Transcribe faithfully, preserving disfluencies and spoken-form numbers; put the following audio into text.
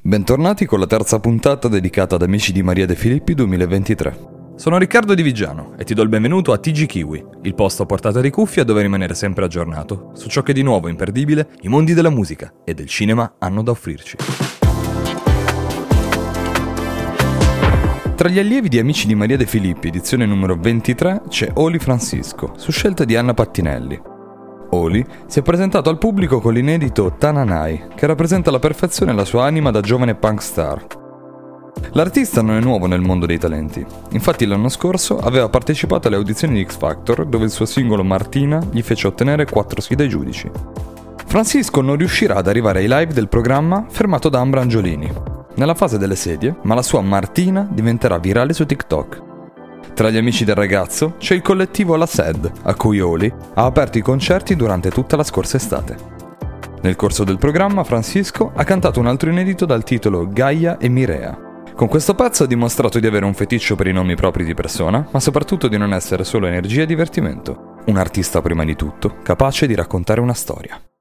Bentornati con la terza puntata dedicata ad Amici di Maria De Filippi duemilaventitré. Sono Riccardo Di Vigiano e ti do il benvenuto a T G Kiwi, il posto a portata di cuffia dove rimanere sempre aggiornato su ciò che di nuovo e imperdibile i mondi della musica e del cinema hanno da offrirci. Tra gli allievi di Amici di Maria De Filippi, edizione numero ventitré, c'è Oli Francisco, su scelta di Anna Pattinelli. Oli si è presentato al pubblico con l'inedito Tananai, che rappresenta alla perfezione la sua anima da giovane punk star. L'artista non è nuovo nel mondo dei talenti, infatti l'anno scorso aveva partecipato alle audizioni di X Factor, dove il suo singolo Martina gli fece ottenere quattro sì dai giudici. Francisco non riuscirà ad arrivare ai live del programma fermato da Ambra Angiolini, nella fase delle sedie, ma la sua Martina diventerà virale su TikTok. Tra gli amici del ragazzo c'è il collettivo La Sed, a cui Oli ha aperto i concerti durante tutta la scorsa estate. Nel corso del programma Francisco ha cantato un altro inedito dal titolo Gaia e Mirea. Con questo pezzo ha dimostrato di avere un feticcio per i nomi propri di persona, ma soprattutto di non essere solo energia e divertimento. Un artista prima di tutto, capace di raccontare una storia.